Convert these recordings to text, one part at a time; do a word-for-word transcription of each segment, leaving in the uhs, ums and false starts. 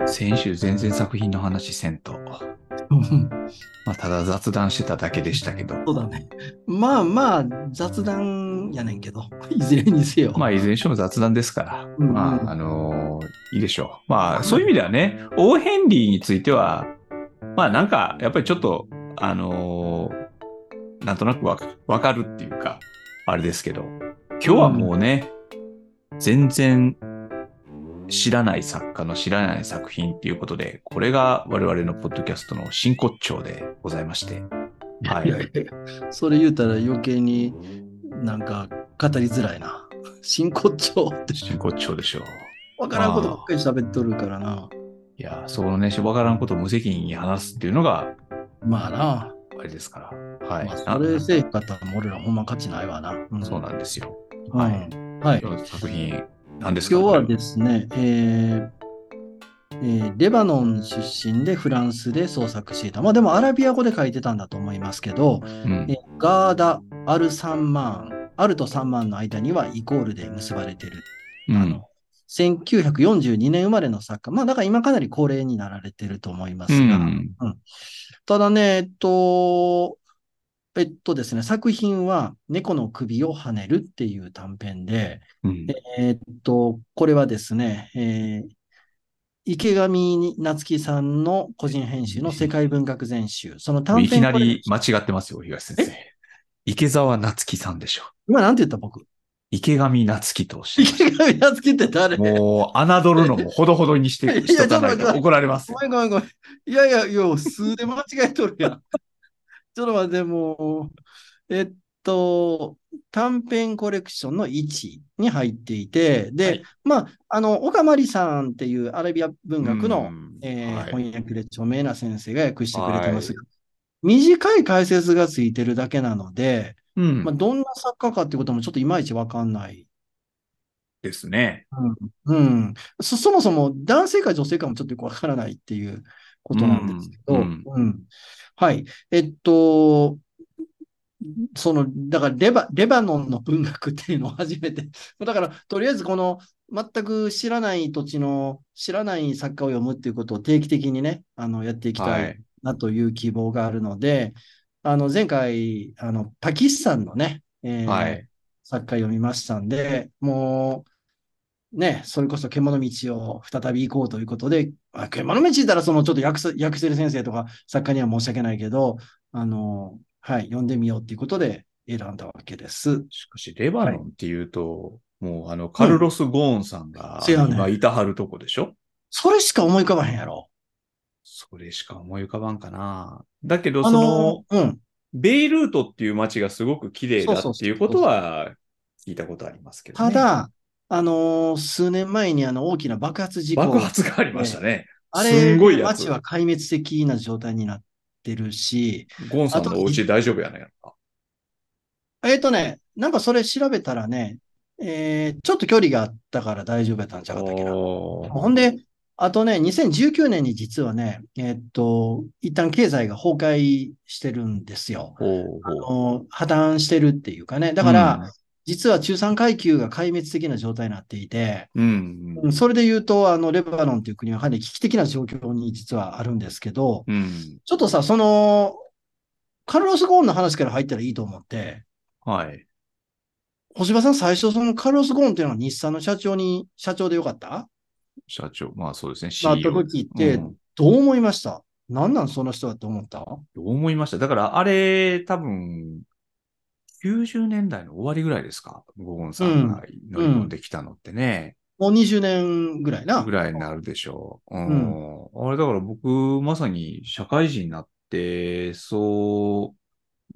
先週全然作品の話せんと。まあ、ただ雑談してただけでしたけど。 そうだね。まあまあ、雑談やねんけど、いずれにせよ。 まあ、いずれにしても雑談ですから。 うんうん、 まあ、あのーいいでしょう。まあ、そういう意味ではね、オーヘンリーについては、まあ、なんか、やっぱりちょっと、あのーなんとなくわかわかるっていうか、あれですけど、今日はもうね、全然知らない作家の知らない作品っていうことで、これが我々のポッドキャストの真骨頂でございまして。はいやいやいや、それ言うたら余計になんか語りづらいな。真骨頂って真骨頂でしょう。 わからんことばっまあ、 かり喋っとるからな。 いや、そのね、わからんことを無責任に話すっていうのが、 まあな。 あれですから。はい。 まあ、そあれせえかったら俺らほんま価値ないわな。うん。 そうなんですよ。 うはい。 ん、はい。 今日の作品、何ですか、これは。 今日はですね、えーえーレバノン出身でフランスで創作していた。まあでもアラビア語で書いてたんだと思いますけど、えーうん。 ガーダ・アルサンマーン、アルとサンマーンの間にはイコールで結ばれてる。あの、 うん。 せんきゅうひゃくよんじゅうにねん生まれの作家。まあだから今かなり高齢になられてると思いまうすが、 ん。 うん、ただね、えっと、えっとですね、作品は猫の首を跳ねるっていう短編で、 うん。 えっと、これはですね、えー池上夏樹さんの個人編集の世界文学全集、その短いきな編コレクり間違ション。 ってますよ、東先え生。池澤夏樹さんでしょ。 今なんて言った僕。 池上夏樹とおっしゃいました。 池上夏樹って誰？ もう、侮るのもほどほどにして、 いや、 しとかちょっとないと怒待って、 られますよ。 ごめんごめんごめん。いやいや、いや、数で間違えとるやん。ちょっと待って、もう、えっと、短編コレクションのいちに入っていて、で、 はい。 まあ、あの、岡まりさんっていうアラビア文う学の、 ん。 えーはい。 翻訳で著名な先生が訳してくれてますが、 はい。 短い解説がついてるだけなので、まあ、 うん。 どんな作家かっていうこともちょっといまいちわかんない。 ですね。 うん。うんそ、そもそも男性か女性かもちょっとよくわからないっていうこうとなんですん。 けど、 うん。 うん。はい。えっと、その、だからレバ、レバノンの文学っていうのを初めて、だからとりあえずこの全く知らない土地の知らない作家を読むっていうことを定期的にね、あの、やっていきたいはい。 なという希望があるので、あの、前回、あの、パキスタンのね、えーはい。 作家読みましたんで、もう、ね、それこそ獣道を再び行こうということで、あ獣道行ったらそのちょっと訳す訳せる先生とか作家には申し訳ないけど、あの、はい、読んでみようということで選んだわけです。 しかし、レバはい。 ノンっていうと、もうあの、カうん。 ルロス・ゴーンさんがせやねん。 今いたはるとこでしょ。 それしか思い浮かばへんやろ。 それしか思い浮かばんかな。だけど、 あその、 の、うん。 ベイルートっていう街がすごく綺麗だそうそうっていうことそうそう。 は聞いたことありますけどね。 ただ、あの、数年前にあの大きな爆発事爆故発がありましたで、 ね。 あすんれでごいやつ。 街は壊滅的な状態になってるし、 ゴンさあと、 んのお家大丈夫やねんか。 えっとね、なんかそれ調べたらね、えーちょっと距離があったから大丈夫やったんちゃうかったっけな。 おー。 ほんで、あとね、にせんじゅうきゅうねんに実はね、えっと、一旦経済が崩壊してるんですよ。 ほうほあの、破綻してるっていうかね。だう。うから、 ん。 実は中産階級が壊滅的な状態になっていて、 うん。 うんそれで言うと、あの、レバノンという国はかなり危機的な状況に実はあるんですけど、 うん。 ちょっとさ、その、カルロス・ゴーンの話から入ったらいいと思って、 はい。 星葉さん、最初、そのカルロス・ゴーンっていうのは日産の社長に、社長でよかった社長。まあそうですね。 なったシーイーオー です。 時って、 うん。 どう思いました？なんなんその人だと思った？ どう思いました？だからあれ、多分、きゅうじゅうねんだいの終わりぐらいですか。ゴーンさんがうん。 乗り込んうん。 できたのってね。 もうにじゅうねんぐらいな。 ぐらいになるでしょう。 うん。 うん。あれだから僕、まさに社会人になって、そう、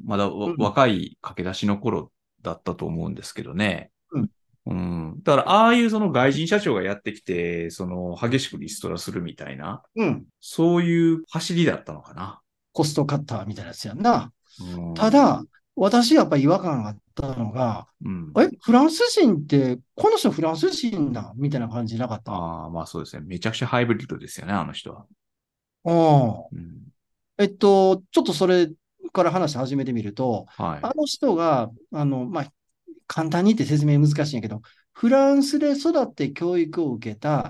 まだわうん。 若い駆け出しの頃だったと思うんですけどね。 うん。 うん。だから、ああいうその外人社長がやってきて、その激しくリストラするみたいな、 うん。 そういう走りだったのかな。 コストカッターみたいなやつやんな。 うん。 ただ、私やっぱり違和感があったのが、 うん。 え、フランス人って、この人フランス人だみたいな感じなかった？ ああ、まあそうですね。めちゃくちゃハイブリッドですよね、あの人は。 うん。 うん。 えっと、ちょっとそれから話し始めてみると、 はい。 あの人が、あの、まあ、簡単に言って説明難しいんやけど、フランスで育って教育を受けた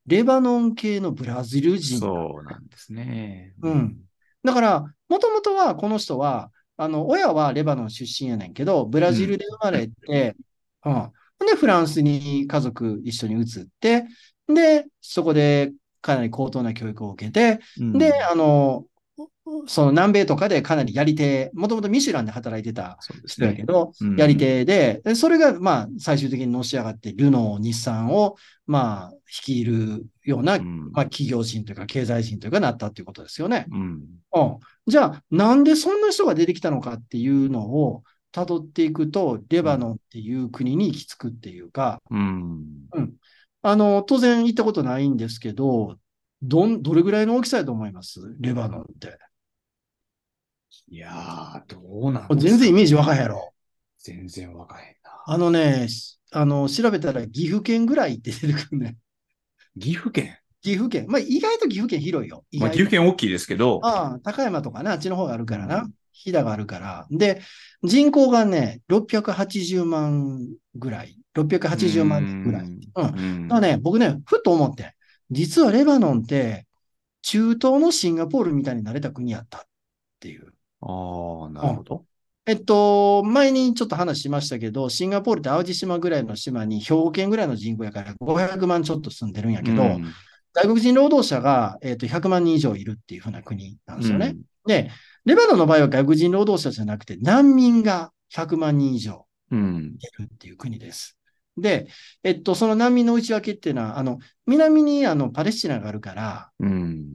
レバノン系のブラジル人。 そうなんですね。 うん。だから、もともとはこの人は、あの、親はレバノン出身やねんけど、ブラジルで生まれて、うん。で、フランスに家族一緒に移って、で、そこでかなり高等な教育を受けて、 うんで、あの、その南米とかでかなりやり手、もともとミシュランで働いてたそうですね。 人やけど、 うんやり手で、でそれがまあ最終的にのし上がって、ルノー、日産をまあ率いるような、 うんまあ、企業人というか経済人というかなったということですよね。 うんうん。じゃあ、なんでそんな人が出てきたのかっていうのを辿っていくと、レバノンっていう国に行き着くっていうか、 うんうん。あの、当然行ったことないんですけど、どん、どれぐらいの大きさだと思いますレバノンって。 いやー、どうなんですかね。 全然イメージわかへんやろ。 全然わかへんな。 あのね、あの、調べたら岐阜県ぐらいって出てくるね。 岐阜県。 岐阜県。まあ、意外と岐阜県広いよ。意まあ、岐外と。 阜県大きいですけど、 ああ、高山とかね、あっちの方があるからな。 うん飛騨があるから。で、人口がね、ろっぴゃくはちじゅうまんぐらい。ろっぴゃくはうちじゅうまん人ぐらい。 ん。 うん。だかうん。 らね、僕ね、ふと思って、実はレバノンって中東のシンガポールみたいになれた国やったっていう。 ああ、なうん。 るほど。 えっと、前にちょっと話しましたけど、シンガポールって淡路島ぐらいの島に兵庫県ぐらいの人口やからごひゃくまんちょっと住んでるんやけど、 うん。 外国人労働者が、えっと、ひゃくまん人以上いるっていう風な国なんですよね。 うん。 で、レバノンの場合は外国人労働者じゃなくて難民がひゃくまん人以上うん。 いるっていう国です。で、えっと、その難民の内訳っていうのは、あの、南にあのパレスチナがあるから、 うん。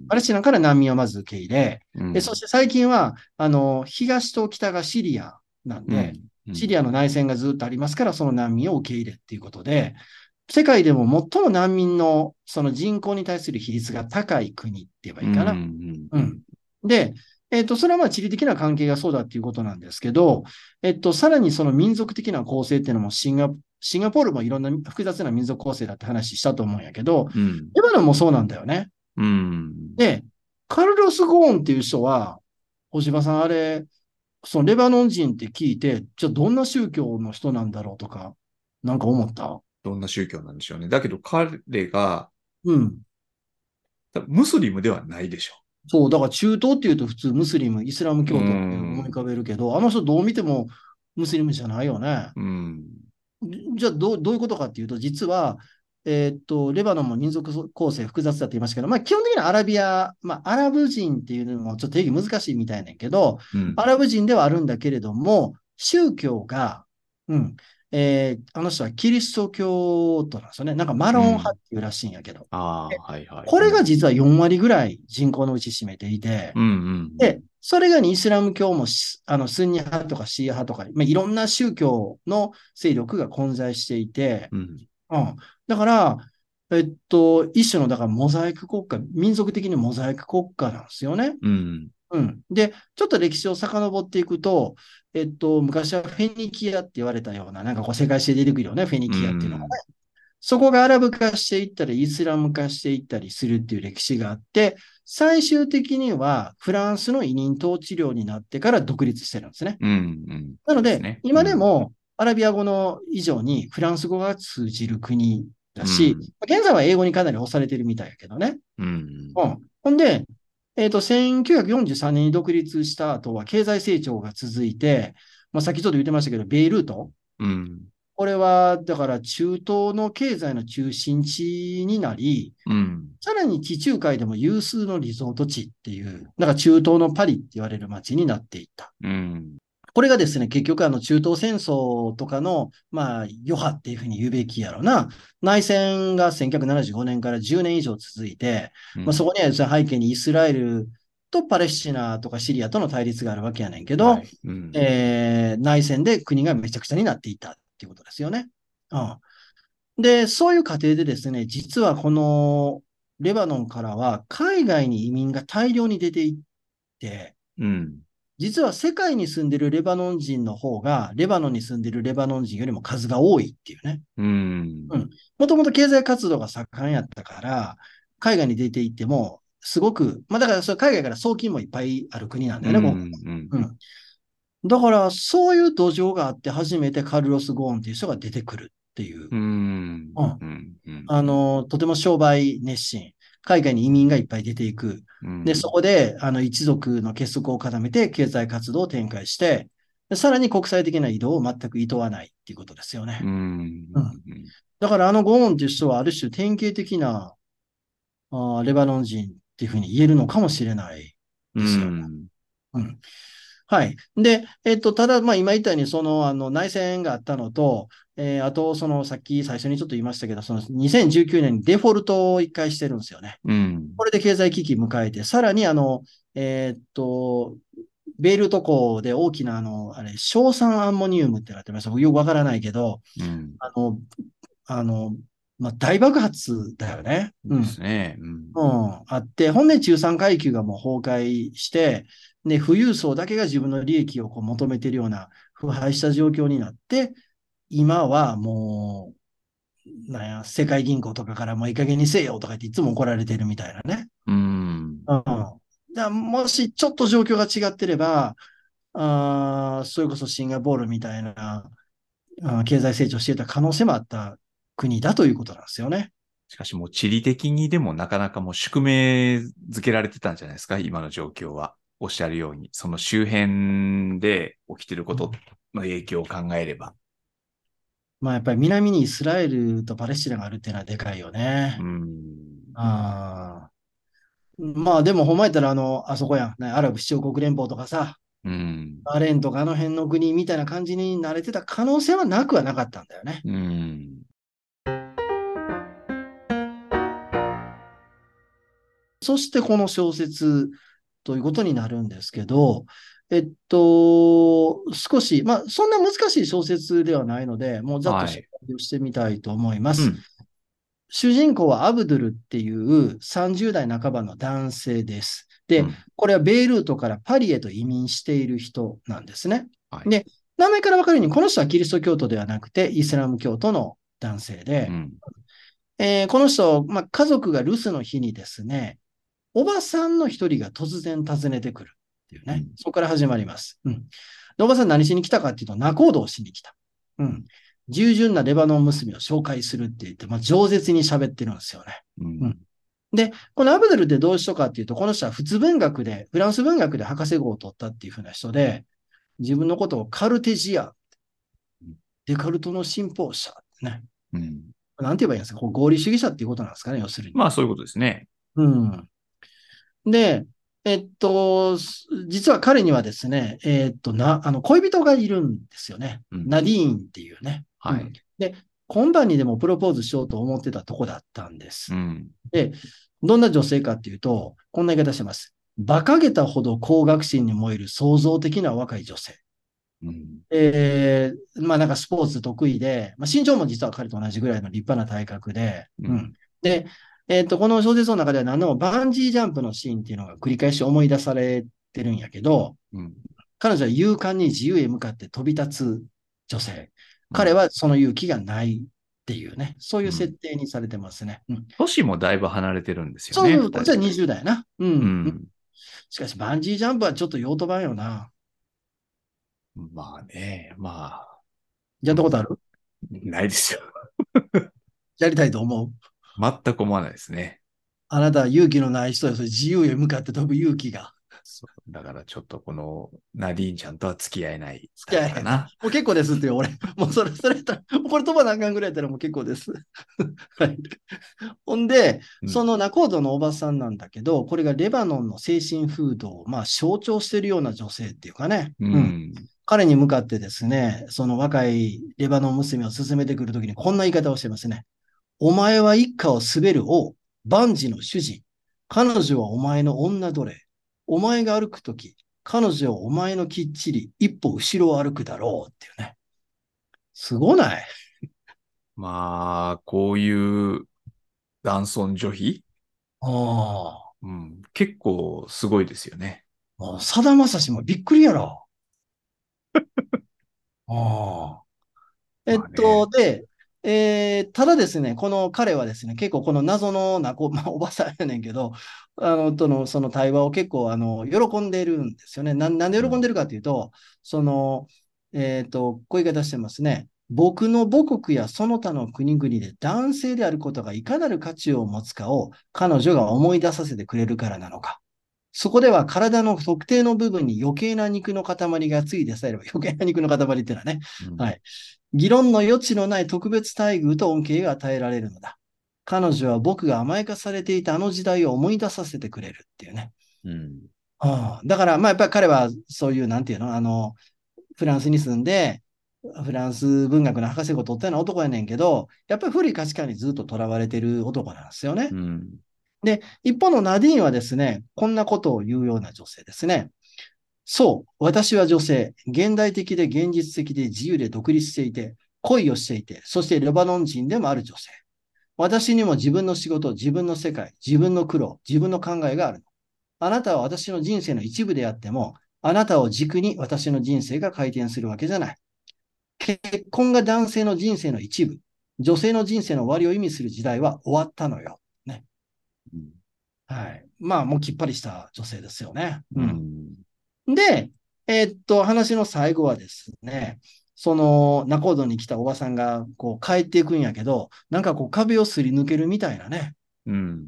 パレスチナから難民をまず受け入れ、でそうん。 して最近は、あの、東と北がシリアなんで、 うん。うん。 シリアの内戦がずっとありますから、その難民を受け入れっていうことで、世界でも最も難民のその人口に対する比率が高い国って言えばういいかな。 ん。 うん。で、えっと、それはまあ地理的な関係がそうだっていうことなんですけど、えっと、さらにその民族的な構成っていうのもシンガ、シンガポールもいろんな複雑な民族構成だって話したと思うんやけど、 うん。 レバノンもそうなんだよね。 うん。 で、カルロス・ゴーンっていう人は、小島さん、あれ、そのレバノン人って聞いて、じゃあどんな宗教の人なんだろうとか、なんか思った？ どんな宗教なんでしょうね。だけど彼が、 うん。 多分ムスリムではないでしょそう、だから中東っていうと普通ムスリム、イスラムう。う教徒っていうのを思い浮ん。 かべるけど、あの人どう見てもムスリムじゃないよね。 うん。 じゃあどう、どういうことかっていうと、実は、えーっと、レバノンも民族構成複雑だって言いましたけど、まあ基本的にはアラビア、まあアラブ人っていうのもちょっと定義難しいみたいねんけど、 うん。 アラブ人ではあるんだけれども、宗教が、うん、えーあの人はキリスト教徒なんですよね。なんかマロン派うん。 っていうらしいんやけど。 ああ、 ではいはい。 これがうん。 実はよん割ぐらい人口のうち占めていて、 うん。 で、それがイスラム教もあのスンニ派とかシーア派とか、まあ、いろんな宗教の勢力が混在していて、 うん。 うん。だから、えっと、一種の、だからモザイク国家、民族的にモザイク国家なんですよね。 うん。 うん。で、ちょっと歴史を遡っていくと、えっと、昔はフェニキアって言われたような、なんかこう世界史で出てくるよね、フェニうキアっていうのがね。 ん。 そこがアラブ化していったり、イスラム化していったりするっていう歴史があって、最終的にはフランスの委任統治領になってから独立してるんですね。 うん。 なので、 そうですね。う今でん。 もアラビア語の以上にフランス語が通じる国だし、 うん。 現在は英語にかなり押されてるみたいやけどね。 うん。 うん。ほんで、えっと、せんきゅうひゃくよんじゅうさんねんに独立した後は経済成長が続いて、まあ、さっきちょっと言ってましたけど、ベイルート。 うん。 これは、だから中東の経済の中心地になり、 うん。 さらに地中海でも有数のリゾート地っていう、だから中東のパリって言われる街になっていった。 うん。 これがですね、結局あの中東戦争とかの、まあ、余波っていうふうに言うべきやろうな。内戦がせんきゅうひゃくななじゅうごねんからじゅうねん以上続いて、まあ、そこには背景にイスラエルとパレスチナとかシリアとの対立があるわけやねんけど、 はい。うん。 えー内戦で国がめちゃくちゃになっていたっていうことですよね。うん。で、そういう過程でですね、実はこのレバノンからは海外に移民が大量に出ていって、 うん。 実は世界に住んでるレバノン人の方が、レバノンに住んでるレバノン人よりも数が多いっていうね。 うん。 うん。もともと経済活動が盛んやったから、海外に出て行っても、すごく、まあだからそれ海外から送金もいっぱいある国なんだうよね、ここ。 ん。 うん。だから、そういう土壌があって初めてカルロス・ゴーンっていう人が出てくるっていう。 うん。 うん。 うん。 あの、とても商売熱心。海外に移民がいっぱい出ていく。で、 うん。 そこで、あの、一族の結束を固めて経済活動を展開して、でさらに国際的な移動を全く厭わないっていうことですようね。うん。 ん。 だからあのゴーンっていう人はある種典型的なあーレバノン人っていうふうに言えるのかもしれないうですよね。 ん。 うん。はい。で、えっと、ただ、まあ、今言ったように、その、あの、内戦があったのと、えーあと、その、さっき最初にちょっと言いましたけど、その、にせんじゅうきゅうねんにデフォルトを一回してるんですよね。 うん。 これで経済危機迎えて、さらに、あの、えーっと、ベイルト港で大きな、あの、あれ、硝酸アンモニウムってなってました。よくわからないけど、 うん。 あの、あの、まあ、大爆発だよね。うでん。 すね。うん。 うん、あって、ほんで中産階級がもう崩壊して、で、富裕層だけが自分の利益をこう求めているような腐敗した状況になって、今はもう、なんや、世界銀行とかからもういい加減にせえよとか言っていつも怒られてるみたいなね。 うん。 うん。だもしちょっと状況が違ってれば、あそれこそシンガポールみたいなあ経済成長していた可能性もあった国だということなんですよね。 しかしもう地理的にでもなかなかもう宿命づけられてたんじゃないですか、今の状況は。おっしゃるように、その周辺で起きてることの影響を考えれば。 まあやっぱり南にイスラエルとパレスチナがあるっていうのはでかいようね。 ん。 ああ。まあでもほんまやったらあの、あそこやん、ね、アラブ首長国連邦とかさ、 うん。 バーレーンとかあの辺の国みたいな感じに慣れてた可能性はなくはなかったんだよね。 うん。 そしてこの小説ということになるんですけど、えっと、少し、まあそんな難しい小説ではないので、もうざっと紹はい。 介をしてみたいと思います。 うん。 主人公はアブドゥルっていうさんじゅう代半ばの男性です。で、 うん。 これはベイルートからパリへと移民している人なんですね。 はい。 で、名前からわかるように、この人はキリスト教徒ではなくて、イスラム教徒の男性で、 うん。 えーこの人、まあ、家族が留守の日にですね、おばさんの一人が突然訪ねてくるっていうね、 うん。 そこから始まります。うん。で、おばさん何しに来たかっていうと、仲人をしに来た。うん。従順なレバノン娘を紹介するって言って、まあ、饒舌に喋ってるんですよね。 うん。 うん。で、このアブドゥルってどういう人かっていうと、この人は仏文学で、フランス文学で博士号を取ったっていう風な人で、自分のことをカルテジア、デカルトの信奉者、ね。 うん。 なんて言えばいいんですか、こう合理主義者っていうことなんですかね、要するに。 まあ、そういうことですね。 うん。で、えっと、実は彼にはですね、えっと、な、あの、恋人がいるんですよね。 うん。 ナディーンっていうね。うん。 はい。 で、今晩にでもプロポーズしようと思ってたとこだったんです。 うん。 で、どんな女性かっていうと、こんな言い方してます。馬鹿げたほど高学心に燃える創造的な若い女性。 うん。 えー、まあなんかスポーツ得意で、まあ、身長も実は彼と同じぐらいの立派な体格で、 うん。 うん。で、えっと、この小説の中では何でもバンジージャンプのシーンっていうのが繰り返し思い出されてるんやけど、 うん。 彼女は勇敢に自由へ向かって飛び立つ女性。 うん。 彼はその勇気がないっていうね、そういう設うん。 定にされてますね。うん。 年もだいぶ離れてるんですよね、 そうそう、こっちは二人。 にじゅう代やな。ううん。 ん。 しかし、バンジージャンプはちょっと用途版よな。 まあね、まあ、 やったことある？ ないですよ。 やりたいと思う？ 全く思わないですね。 あなたは勇気のない人よ。それ自由へ向かって飛ぶ勇気が。 そうだからちょっとこのナディーンちゃんとは付き合えないタ付き合えへん。 イプだな。 もう結構ですってよ、俺。もうそれ、それやったら、もうこれ飛ばなあかんぐらいやったらもう結構です。はい。ほんで、 うん。 その仲人のおばさんなんだけど、これがレバノンの精神風土をまあ象徴しているような女性っていうかね。 ううん。 ん。 彼に向かってですね、その若いレバノン娘を進めてくるときにこんな言い方をしてますね。お前は一家を滑る王、万事の主人。彼女はお前の女奴隷。お前が歩くとき、彼女はお前のきっちり一歩後ろを歩くだろうっていうね。すごない？ まあ、こういう男尊女卑、 あうん、結構すごいですよね。 あ、さだまさしもびっくりやろ。ああ。えっと、 まあね。 で、えーただですね、この彼はですね、結構この謎のなこ、まあ、おばさんやねんけど、あの、との、その対話を結構、あの、喜んでるんですよね。な、なんでうん。 喜んでるかというと、その、えっと、こういう言い方してますね。 僕の母国やその他の国々で男性であることがいかなる価値を持つかを彼女が思い出させてくれるからなのか。そこでは体の特定の部分に余計な肉の塊がついてさえれば、余計な肉の塊っていうのはね、 うん。 はい。議論の余地のない特別待遇と恩恵が与えられるのだ。彼女は僕が甘やかされていたあの時代を思い出させてくれるっていうね。 うん。 ああだから、まあやっぱり彼はそういう、なんていうの、あの、フランスに住んで、フランス文学の博士号を取ったような男やねんけど、やっぱり古い価値観にずっととらわれてる男なんですよね。 うん。 で、一方のナディーンはですね、こんなことを言うような女性ですね。そう、私は女性、現代的で現実的で自由で独立していて、恋をしていて、そしてレバノン人でもある女性。私にも自分の仕事、自分の世界、自分の苦労、自分の考えがあるの。あなたは私の人生の一部であっても、あなたを軸に私の人生が回転するわけじゃない。結婚が男性の人生の一部、女性の人生の終わりを意味する時代は終わったのよ。ね。 うん。 はい。まあ、もうきっぱりした女性ですよね。 ううん。 ん。 で、えーっと、話の最後はですね、その、仲人に来たおばさんが、こう、帰っていくんやけど、なんかこう、壁をすり抜けるみたいなね、 うん。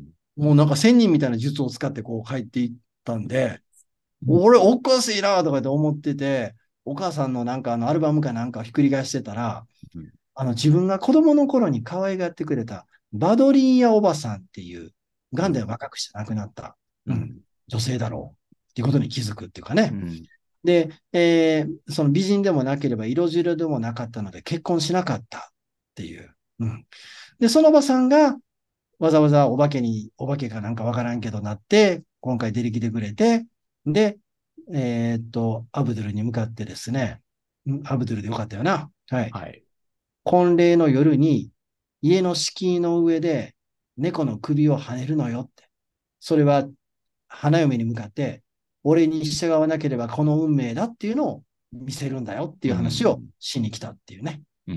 もうなんか仙人みたいな術を使ってこう、帰っていったんで、俺、おかしいなとかって思ってて、お母さんのなんかあの、アルバムかなんかをひっくり返してたら、 うん。 あの、自分が子供の頃に可愛がってくれた、バドリンヤおばさんっていう、がんで若くして亡くなった、うん、 うん。 女性だろうっていうことに気づくっていうかね。 うん。 で、えーその美人でもなければ色白でもなかったので結婚しなかったっていう。うん、で、そのおばさんがわざわざお化けに、お化けかなんかわからんけどなって、今回出てきてくれて、で、えーっと、アブドゥルに向かってですね、んアブドゥルでよかったよな。はい。 はい。 婚礼の夜に家の敷居の上で猫の首を跳ねるのよって。それは花嫁に向かって、俺に従わなければこの運命だっていうのを見せるんだよっていうう話をん。 しに来たっていうね。 うん。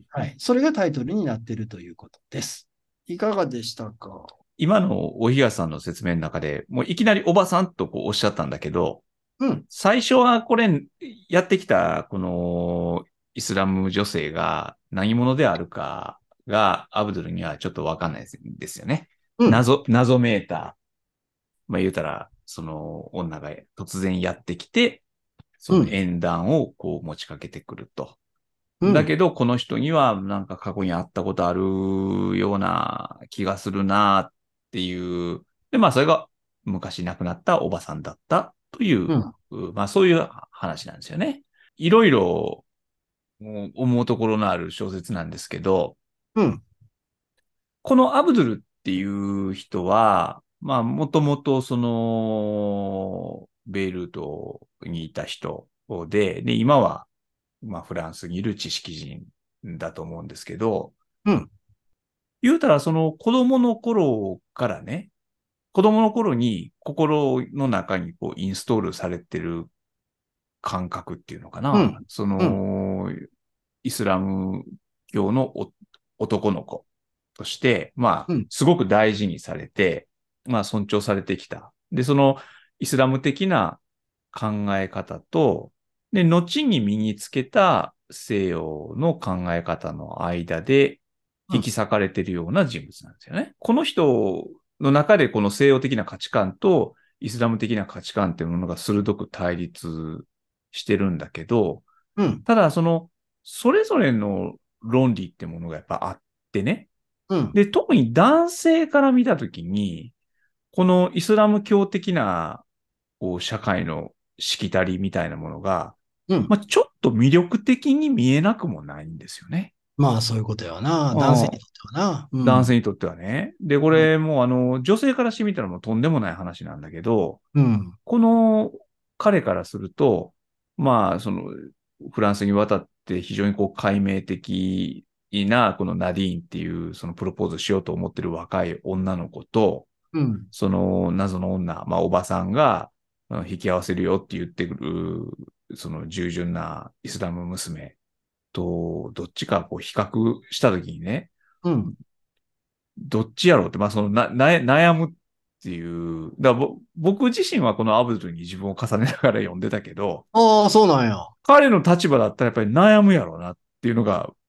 はい。それがタイトルになっているということです。いかがでしたか？ 今のお東さんの説明の中で、もういきなりおばさんとこうおっしゃったんだけど、 うん。 最初はこれ、やってきた、この、イスラム女性が何者であるかが、アブドゥルにはちょっとわかんないですよね。 うん。 謎、謎めいた、まあ言うたら、その女が突然やってきて、そのうん。 縁談をこう持ちかけてくると。 うん。 だけど、この人にはなんか過去に会ったことあるような気がするなっていう。で、まあそれが昔亡くなったおばさんだったという、 うん。 まあそういう話なんですよね。いろいろもう思うところのある小説なんですけど、 うん。 このアブドゥルっていう人は、まあもともとその、ベイルートにいた人で、で、今はまあ、フランスにいる知識人だと思うんですけど、 うん。 言うたらその子供の頃からね、子供の頃に心の中にこうインストールされてる感覚っていうのかな。 うん。 そうん。 の、イスラム教の男の子として、まあ、 うん。 すごく大事にされて、まあ、尊重されてきた。で、そのイスラム的な考え方と、で、後に身につけた西洋の考え方の間で引き裂かれているような人物なんですよね。この人の中でこの西洋的な価値観とイスラム的な価値観っていうものが鋭く対立してるんだけど、 うん。 ただその、それぞれの論理ってものがやっぱあってね。 うん。 で、特に男性から見たときに、このイスラム教的なこう社会のしきたりみたいなものが、 うん。 まあ、ちょっと魅力的に見えなくもないんですよね。 まあ、そういうことやな。男性にああ、 とってはな。うん。 男性にとってはね。で、こうん。 れもうあの、女性からしてみたらもうとんでもない話なんだけど、 うん。 この彼からすると、まあ、その、フランスに渡って非常にこう、解明的な、このナディーンっていう、そのプロポーズしようと思ってる若い女の子と、 うん。 その謎の女、まあ、おばさんが、引き合わせるよって言ってくる、その従順なイスラム娘と、どっちかこう比較したときにね、 うん。 どっちやろうって、まあ、そのな、な、悩むっていう、だからぼ僕自身はこのアブドゥルに自分を重ねながら読んでたけど、 ああ、そうなんや。 彼の立場だったらやっぱり悩むやろうなっていうのが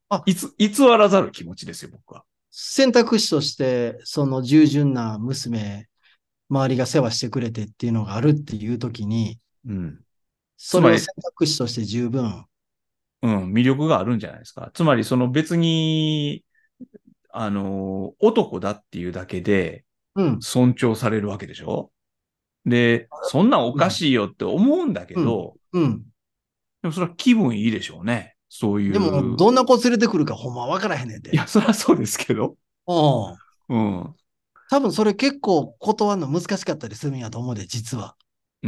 あ、 いつ、偽らざる気持ちですよ、僕は。 選択肢として、その従順な娘、周りが世話してくれてっていうのがあるっていう時に、 うん。つまり、 それを選択肢として十分。 うん、魅力があるんじゃないですか。つまり、その別に、あの、男だっていうだけでうん、 尊重されるわけでしょ。で、そんなんおうん、 かしいよって思うんだけうん、 ど、 うん。 でもそれは気分いいでしょうね。そうでも、 いう。 どんな子連れてくるかほんまわからへんねんで。 いや、それはそうですけど。 うん。 うん。 多分それ結構断るの難しかったりするんやと思うで、実は。 うん。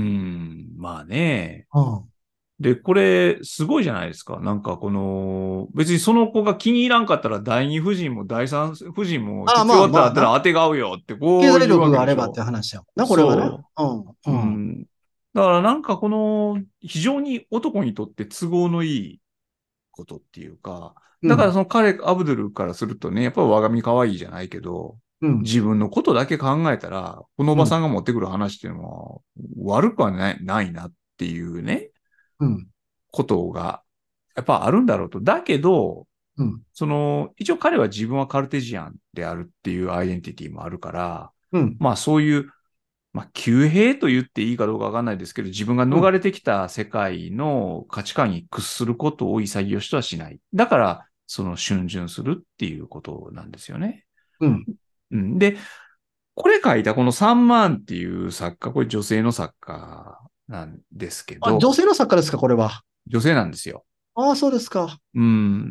まあね。 うん。 で、これ、すごいじゃないですか。なんかこの、別にその子が気に入らんかったら、第二夫人も第三夫人もああ、 必まあ要だったらまあな。 当てが合うよってこ経ういうわ済力があればってけでしょ。 話やもんな、これはな。 そうん、うう。うん、 ん。だからなんかこの、非常に男にとって都合のいいことっていうか、 うん、 だからその彼、アブドゥルからするとね、やっぱり我が身可愛いじゃないけど、 うん、 自分のことだけ考えたら、このおうん、 ばさんが持ってくる話っていうのは悪くはない、ないなっていうね、 うん、 ことがやっぱあるんだろうと。だけど、 うん、 その、一応彼は自分はカルテジアンであるっていうアイデンティティもあるから、 うん、 まあそういう、まあ旧兵と言っていいかどうかわかんないですけど、自分がうん、 逃れてきた世界の価値観に屈することを潔しとはしない。だから、その逡巡するっていうことなんですよね。 うん。 うん、で、これ書いたこのサンマーンっていう作家、これ女性の作家なんですけあ、女ど、 性の作家ですか、これは。 女性なんですよ。 ああ、そうですか。 うん。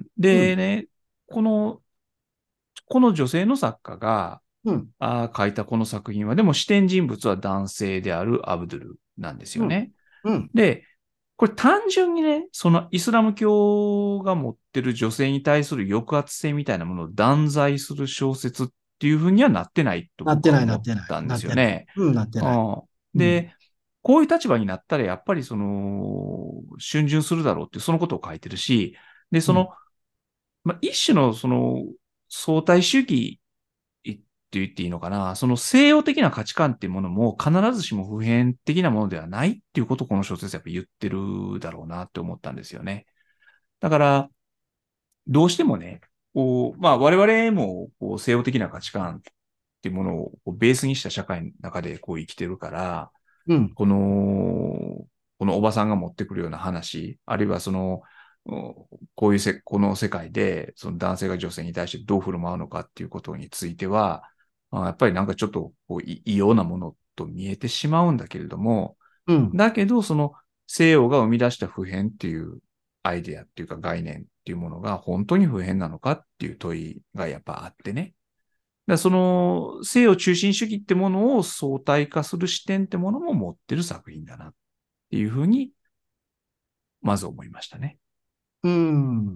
うん、 でね、この、この女性の作家がうん、 あ書いたこの作品は、でも視点人物は男性であるアブドゥルなんですようん、 ね。 うん。 で、これ単純にね、そのイスラム教が持ってる女性に対する抑圧性みたいなものを断罪する小説っていうふうにはなってないとなってない、な僕は思っってない、 たんでなってない。 すよね。 うん、なってない。 うん、 うん、 で、こういう立場になったらやっぱりその、逡巡するだろうっていうそのことを書いてるし、で、 うん、 その、まあ、一種のその相対主義って言っていいのかな。その西洋的な価値観っていうものも必ずしも普遍的なものではないっていうことをこの小説やっぱ言ってるだろうなって思ったんですよね。だから、どうしてもね、こう、まあ我々もこう西洋的な価値観っていうものをこうベースにした社会の中でこう生きてるから、 うん、 この、このおばさんが持ってくるような話、あるいはその、こういうせ、この世界で、その男性が女性に対してどう振る舞うのかっていうことについては、やっぱりなんかちょっとこう異様なものと見えてしまうんだけれども、 うん、 だけどその西洋が生み出した普遍っていうアイデアっていうか概念っていうものが本当に普遍なのかっていう問いがやっぱあってね。だその西洋中心主義ってものを相対化する視点ってものも持ってる作品だなっていうふうに、まず思いましたね。 うん。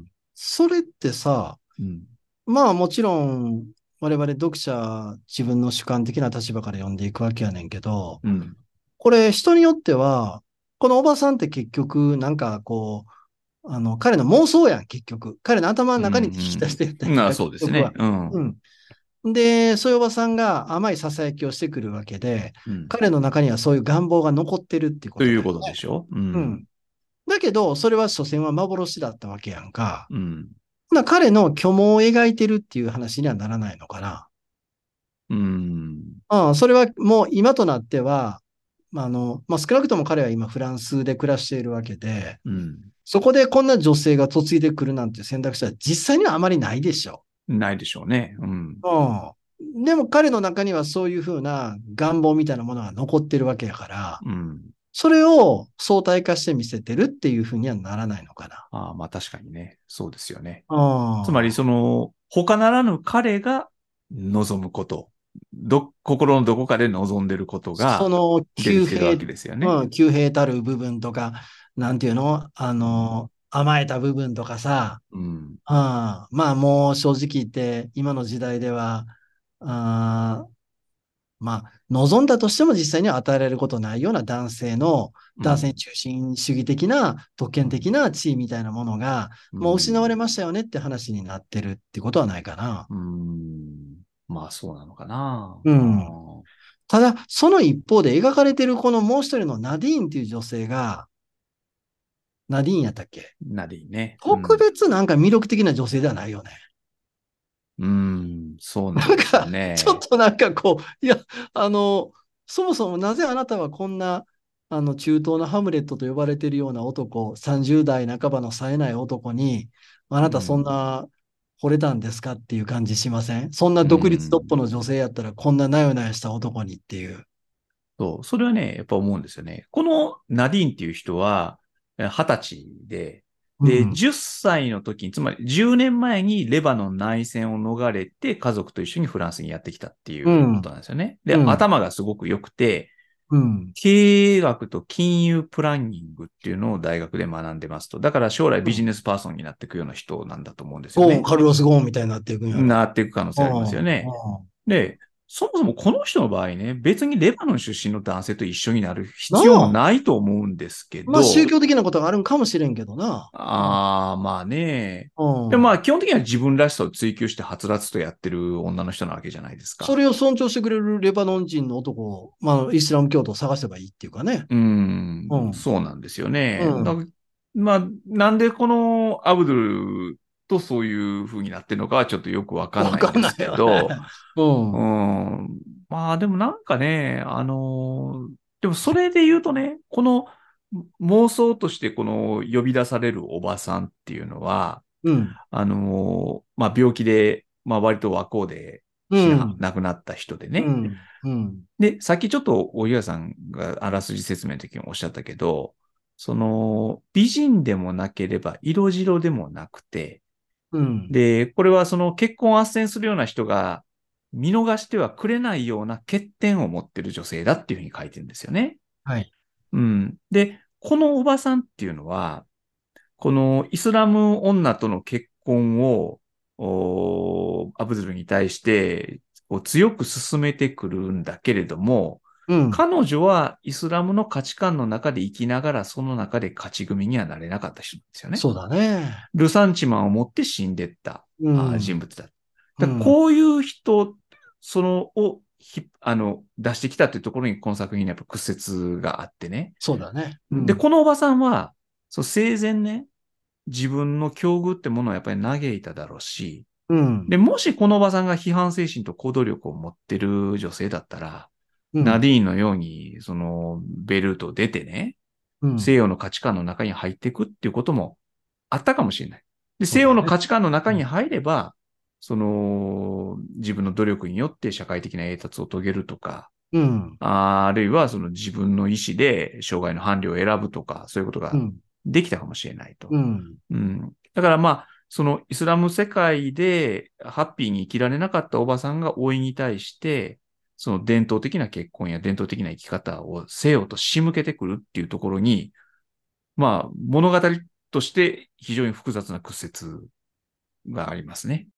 それってさ、 うん。 まあもちろん、我々読者、自分の主観的な立場から読んでいくわけやねんけど、 うん。 これ人によっては、このおばさんって結局、なんかこう、あの、彼の妄想やん、結局。彼の頭のう中に引き出しん。 てるってうん。ああ、 やんか、結局は。 そうですね。うん。 うん。で、そういうおばさんが甘い囁きをしてくるわけで、 うん。 彼の中にはそういう願望が残ってるっていうことだよね。 ということでしょう。うん。 うん。だけど、それは所詮は幻だったわけやんか。 うん。 な彼の虚妄を描いてるっていう話にはならないのかな。 うん。 うん、それはもう今となっては、まああの、まあ、少なくとも彼は今フランスで暮らしているわけで、 うん。 そこでこんな女性が嫁いでくるなんて選択肢は実際にはあまりないでしょないでしょうね。うん。 う。うん。でも彼の中にはそういうふうな願望みたいなものが残ってるわけやから、 うん。 それを相対化して見せてるっていうふうにはならないのかな。 ああ、まあ確かにね。そうですよね。つまり、 ああ。 その、他ならぬ彼が望むこと、ど、心のどこかで望んでることがその、 出て旧兵、 きてるわけですよね。 うん、旧兵たる部分とか、なんていうのあの、甘えた部分とかさ、 うん。 ああ、まあもう正直言って、今の時代では、あーまあ、望んだとしても実際には与えられることないような男性の、 うん。 男性中心主義的な、特権的な地位みたいなものが、 うもう失われん。 ましたよねって話になってるってことはないかな。 うん。まあそうなのかな。あうん。 あ。 ただ、その一方で描かれているこのもう一人のナディーンっていう女性が、 ナディーンやったっけ？ ナディーンね。 特別なんか魅力的な女性ではないよね。 うん、うんそうななんんですよか、ちょっね。 となんかこう、いや、あの、そもそもなぜあなたはこんな、あの、中東のハムレットと呼ばれているような男、さんじゅう代半ばの冴えない男に、あなたそんうん、 な惚れたんですかっていう感じしません？そんなう独立独歩ん。 の女性やったらこんななよなよした男にっていう。 そう、それはね、やっぱ思うんですよね。このナディーンっていう人は、えはたちで、で、 うん。 じゅっさいの時に、つまりじゅうねんまえにレバノン内戦を逃れて家族と一緒にフランスにやってきたっていうことうん。 なんですよね。で、 うん。 頭がすごく良くて、 うん。 経営学と金融プランニングっていうのを大学で学んでますと。だから将来ビジネスパーソンになっていくような人なんだと思うんですよゴーン、 ね。 カルロス・ゴーンみたいになっていくんやろ。 なっていく可能性ありますようん。 ね。 うん。 で、そもそもこの人の場合ね、別にレバノン出身の男性と一緒になるな必要もあ。 ないと思うんですけまあ宗ど、 教的なことがあるんかもしれんけどな。うん。 ああ、まあね。 うでもまん。 あ基本的には自分らしさを追求してはつらつとやってる女の人なわけじゃないですか。 それを尊重してくれるレバノン人の男を、まあ、イスラム教徒を探せばいいっていうかね。 うーん、 うん。 そうなんですよね。 うん。 だまあ、なんでこのアブドゥルとそういう風になってるのかはちょっとよくわかんわかんないないんですけよね。 ど、 ううん。 ん、まあでもなんかね、あの、でもそれで言うとね、この妄想としてこの呼び出されるおばさんっていうのは、 うん。 あの、まあ病気で、まあ割と若うで死な、 うん。 亡くなった人でね。 うん。うん。 で、さっきちょっとお岩さんがあらすじ説明の時におっしゃったけど、その美人でもなければ色白でもなくて、 うん。 で、これはその結婚を斡旋するような人が見逃してはくれないような欠点を持ってる女性だっていうふうに書いてるんですよね。 はい。 うん。で、このおばさんっていうのは、このイスラム女との結婚を、おアブドゥルに対してこう強く進めてくるんだけれども、 うん。 彼女はイスラムの価値観の中で生きながら、その中で勝ち組にはなれなかった人なんですよね。 そうだね。 ルサンチマンを持って死んでったうあ人ん。 物だ。だうん。 こういう人、その、をひあの出してきたというところに、この作品にやっぱ屈折があってね。 そうだね。うで、 ん。 このおばさんは、そう生前ね、自分の境遇ってものをやっぱり嘆いただろうし、 うん。 で、もしこのおばさんが批判精神と行動力を持ってる女性だったら、 うん。 ナディーンのように、その、ベルートを出てね、 うん。 西洋の価値観の中に入っていくっていうこともあったかもしれない。で、西洋のそうだね。 価値観の中にうん。 入れば、その、自分の努力によって社会的な栄達を遂げるとか、 うん。 ああるいはその自分の意思で障害の伴侶を選ぶとか、そういうことがうん。 できたかもしれないと。 うん。 うん。だからまあ、そのイスラム世界でハッピーに生きられなかったおばさんが老いに対して、その伝統的な結婚や伝統的な生き方をせよと仕向けてくるっていうところに、まあ、物語として非常に複雑な屈折がありますね。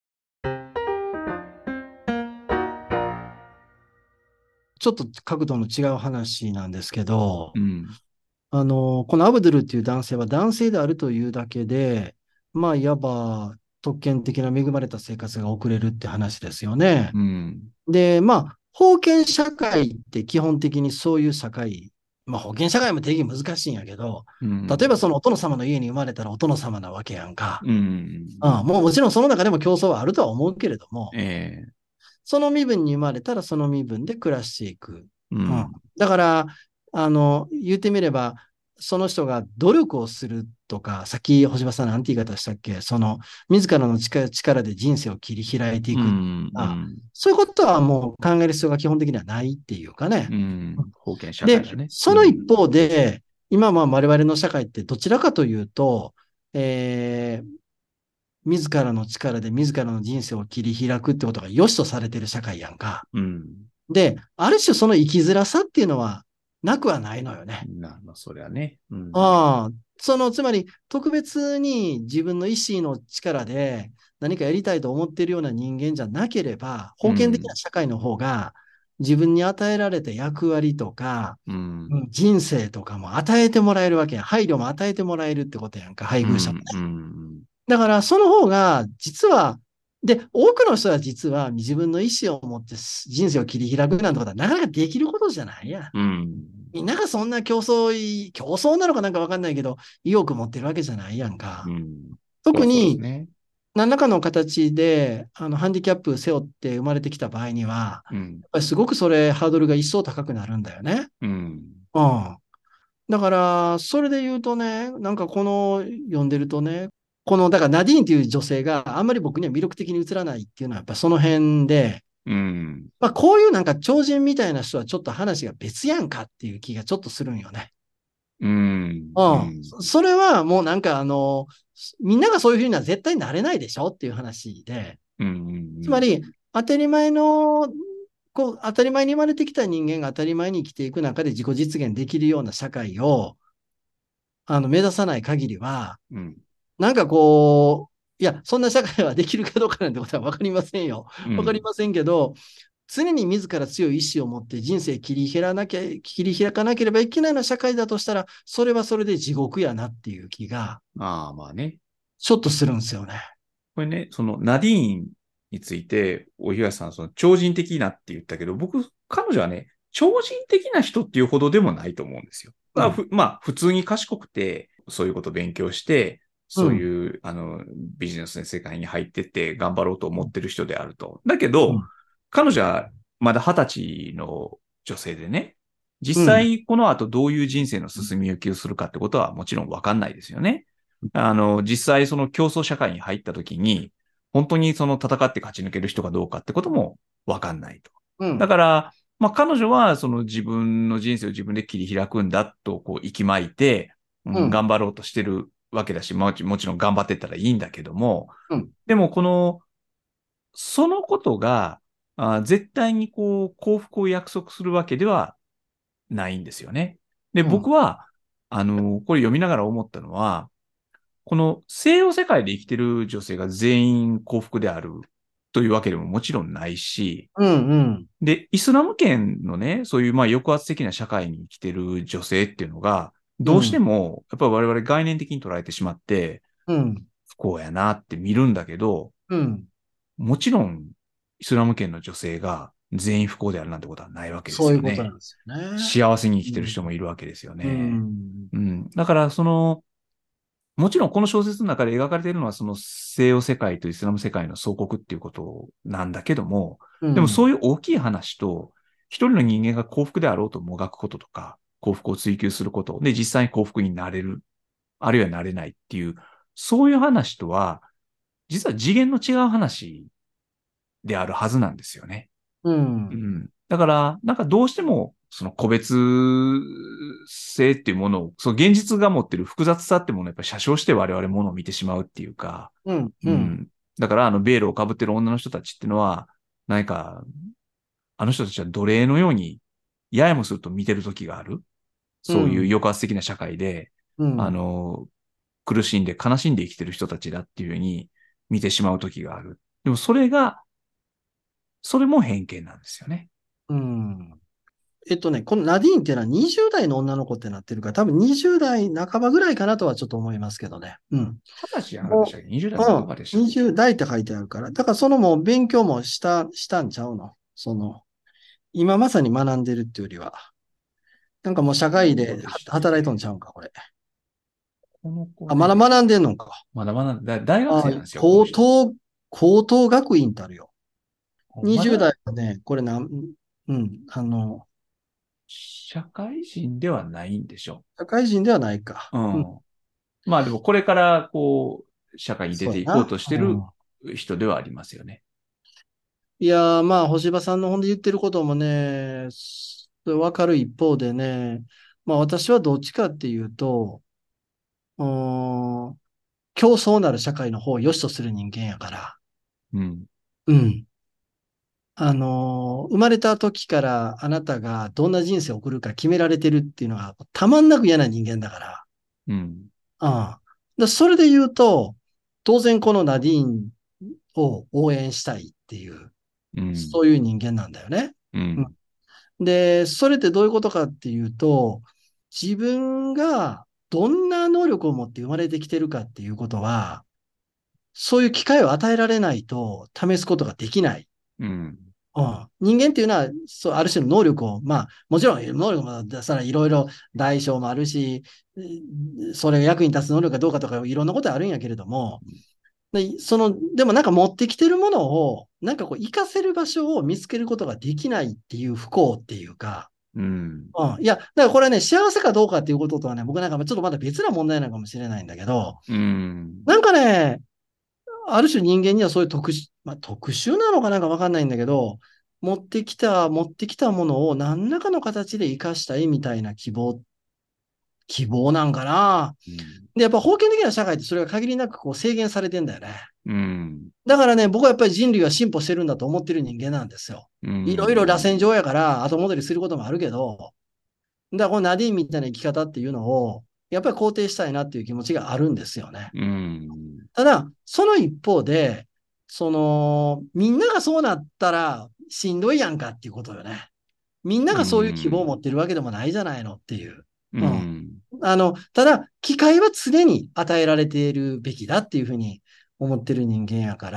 ちょっと角度の違う話なんですけど、 うん。 あの、このアブドゥルっていう男性は男性であるというだけで、まあ、いわば特権的な恵まれた生活が送れるって話ですよね。 うん。 で、まあ、封建社会って基本的にそういう社会、まあ、封建社会も定義難しいんやけど、 うん。 例えばそのお殿様の家に生まれたらお殿様なわけやんか。 うん。 ああ、もうもちろんその中でも競争はあるとは思うけれども、 ええその身分に生まれたらその身分で暮らしていく。うん、 うん。 だから、あの、言ってみれば、その人が努力をするとか、さっき星葉さんなんて言い方したっけ、その、自らの力力で人生を切り開いていうくとか、 ん。 そういうことはもう考える必要が基本的にはないっていうかね。 うん。封建社で、 会だね。 そのうん。 一方で、今まあ我々の社会ってどちらかというと、えー自らの力で自らの人生を切り開くってことが良しとされてる社会やんか。 うん。 で、ある種その生きづらさっていうのはなくはないのよね。 な、まあ、それはね。うん。 ああ、その、つまり特別に自分の意志の力で何かやりたいと思っているような人間じゃなければ、 う封建的なん。 社会の方が自分に与えられた役割とか、 うん。 うん人生とかも与えてもらえるわけやん。配慮も与えてもらえるってことやんか、配うん。 偶者もね。 うん。 だからその方が実は、で、多くの人は実は自分の意思を持って人生を切り開くなんてことはなかなかできることじゃないやん。 うん。 みんながそんな競争い、競争なのかなんかわかんないけど、意欲持ってるわけじゃないやんか。 うん。そりゃそうです特に、 ね。 何らかの形で、あの、ハンディキャップ背負って生まれてきた場合には、 うん。 やっぱりすごくそれ、ハードルが一層高くなるんだよね。 うん。 うん。だから、それで言うとね、なんかこの、読んでるとね、この、だからナディーンっていう女性があんまり僕には魅力的に映らないっていうのはやっぱその辺で、 うん。 まあこういうなんか超人みたいな人はちょっと話が別やんかっていう気がちょっとするんよね。 うん。 うん。 うん。 そそれはもうなんかあの、みんながそういうふうには絶対なれないでしょっていう話で、 うん。 つまり当たり前の、こう、当たり前に生まれてきた人間が当たり前に生きていく中で自己実現できるような社会を、あの、目指さない限りは、 うん。 なんかこう、いや、そんな社会はできるかどうかなんてことは分かりませんよ。 うん。 分かりませんけど、常に自ら強い意志を持って人生切り開かなきゃ、切り開かなければいけないような社会だとしたら、それはそれで地獄やなっていう気が、 ああ、まあね。 ちょっとするんですよね。 これね、そのナディーンについて、お東さん、その超人的なって言ったけど、僕、彼女はね、超人的な人っていうほどでもないと思うんですよ。 うん、 まあ、ふまあ、普通に賢くて、そういうことを勉強して、 うん、 そういう、あの、ビジネスの世界に入ってって頑張ろうと思ってる人であると。だけど、 うん、 彼女はまだ二十歳の女性でね、実うん、 際この後どういう人生の進み行きをするかってことはもちろんわかんないですよね。あの、実際その競争社会に入った時に、本当にその戦って勝ち抜ける人かどうかってこともわかんないと。 うん、 だから、まあ彼女はその自分の人生を自分で切り開くんだとこう息巻いて、うん、 うん、 頑張ろうとしてるわけだし、もちもちろん頑張ってったらいいんだけども、 うん、 でもこの、そのことが、あ絶対にこう幸福を約束するわけではないんですよね。で、 うん、 僕は、あの、これ読みながら思ったのは、この西洋世界で生きてる女性が全員幸福であるというわけでももちろんないし、 うん、うん、 で、イスラム圏のね、そういうまあ抑圧的な社会に生きてる女性っていうのが、どうしてうん、 も、やっぱり我々概念的に捉えてしまって、 うん、 不幸やなって見るんだけど、 うん。 もちろん、イスラム圏の女性が全員不幸であるなんてことはないわけでそういうことなすよね。 んですよね。 幸せに生きてるうん、 人もいるわけですようね。 ん、 うん。だから、その、もちろんこの小説の中で描かれているのはその西洋世界とイスラム世界の相国っていうことなんだけども、でもそううん、 いう大きい話と、一人の人間が幸福であろうともがくこととか、幸福を追求すること、で実際に幸福になれる、あるいはなれないっていう、そういう話とは、実は次元の違う話であるはずなんですよね。 うん、 うん。だから、なんかどうしても、その個別性っていうものを、その現実が持ってる複雑さってものをやっぱり写生して我々ものを見てしまうっていうか、 うん、うん、 うん。だから、あの、ベールを被ってる女の人たちっていうのは、何か、あの人たちは奴隷のように、ややもすると見てる時がある。そういううん、 抑圧的な社会で、あうん、 の、苦しんで悲しんで生きてる人たちだっていうふうに見てしまう時がある。でもそれが、それも偏見なんですよね。 うん。えっとね、このナディーンっていうのはにじゅう代の女の子ってなってるから、多分にじゅう代半ばぐらいかなとはちょっと思いますけどね。うん。 はたちじゃなかったでしもたっけ？ にじゅう 代う、うん。 半ばでしたっけ？ にじゅう代って書いてあるから。だからそのもう勉強もした、したんちゃうの。その、今まさに学んでるっていうよりは。なんかもう社会そうではでしたっ働いとんちゃけ？ うんか、これ。 この子あ、まだね、 学んでんのか。 まだまだ、だ大学あ、 生なんですよ、この人。 高等、高等学院ってあるよ。にじゅうまだ代はね、これなん、うん、あの、 社会人ではないんでしょ社会人ではないか。 う。ううん、 ん。まあでもこれからこう、社会に出ていこうそうやな。 としてるうん。 人ではありますよね。 いやー、まあ、星葉さんの本で言ってることもね、わかる一方でね、まあ私はどっちかっていうと、うーん、競争なる社会の方を良しとする人間やから、 うん。 うん。あのー生まれた時からあなたがどんな人生を送るか決められてるっていうのがたまんなく嫌な人間だから、 うん。 ああ。だそれで言うと、当然このナディーンを応援したいっていう、 うん。 そういう人間なんだよね。うんうん。 で、それってどういうことかっていうと、自分がどんな能力を持って生まれてきてるかっていうことは、そういう機会を与えられないと試すことができない。 うん。 うん、人間っていうのは、そう、ある種の能力を、まあ、もちろん、能力も出さない、いろいろ代償もあるし、それが役に立つ能力かどうかとか、いろんなことあるんやけれども、で、その、でもなんか持ってきてるものを、なんかこう、活かせる場所を見つけることができないっていう不幸っていうか、 うん。 うん。いや、だからこれはね、幸せかどうかっていうこととはね、僕なんかちょっとまだ別な問題なのかもしれないんだけど、 うん。 なんかね、ある種人間にはそういう特殊、まあ、特殊なのかなんかわかんないんだけど、持ってきた、持ってきたものを何らかの形で活かしたいみたいな希望、希望なんかな。 うん。 で、やっぱ封建的な社会ってそれが限りなくこう制限されてんだよね。 うん。 だからね、僕はやっぱり人類は進歩してるんだと思ってる人間なんですよ。 ういろいろ螺ん。 旋状やから後戻りすることもあるけど、だからこのナディーンみたいな生き方っていうのを、やっぱり肯定したいなっていう気持ちがあるんですよね。 うん。 ただ、その一方で、その、みんながそうなったらしんどいやんかっていうことよね。みんなうがそういう希望をん。 持ってるわけでもないじゃないのっていう。 ううん。 ん。 あの、ただ、機会は常に与えられているべきだっていうふうに思ってる人間やから、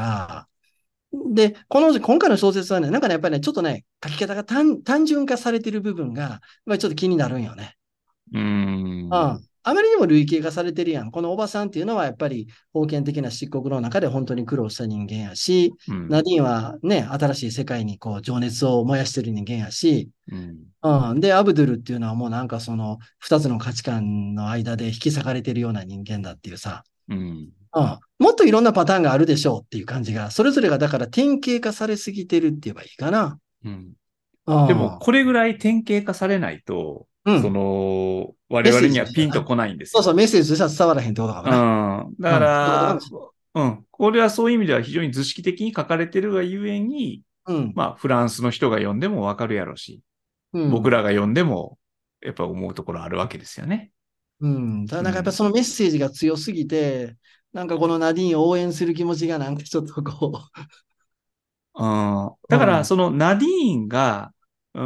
で、この、今回の小説はね、なんかね、やっぱりね、ちょっとね、書き方が単単純化されてる部分が、やっぱりちょっと気になるんよね。 ううん。 ん。 あまりにも類型化されてるやん。このおばさんっていうのはやっぱり封建的な漆黒の中で本当に苦労した人間やし、 うん。 ナディーンはね、新しい世界にこう情熱を燃やしてる人間やし、 うん。 うん。で、アブドゥルっていうのはもうなんかその二つの価値観の間で引き裂かれてるような人間だっていうさ、 うん。 うん。もっといろんなパターンがあるでしょうっていう感じが、それぞれがだから典型化されすぎてるって言えばいいかな。 うん。 うでも、 ん。 これぐらい典型化されないと、そうん。 の、我メッセー 々にジとしてはな。 はピンとこないんですよ。 そうそう、メッセージとしては伝わらへんってことかもうな。 ん。だかうん。ってことかもら、 しれうん。これはそういう意味では非常に図式的に書かれてるがゆえに、 ない。うん。 まあ、フランスの人が読んでもわかるやろうし、 うん。 僕らが読んでも、やっぱ思うところあるわけですよね。 うん。ただなんかやっぱうん。 そのメッセージが強すぎて、なんかこのナディーンを応援する気持ちがなんかちょっとこうん、 う、 だから、 うん。 そのナディーンが、うん、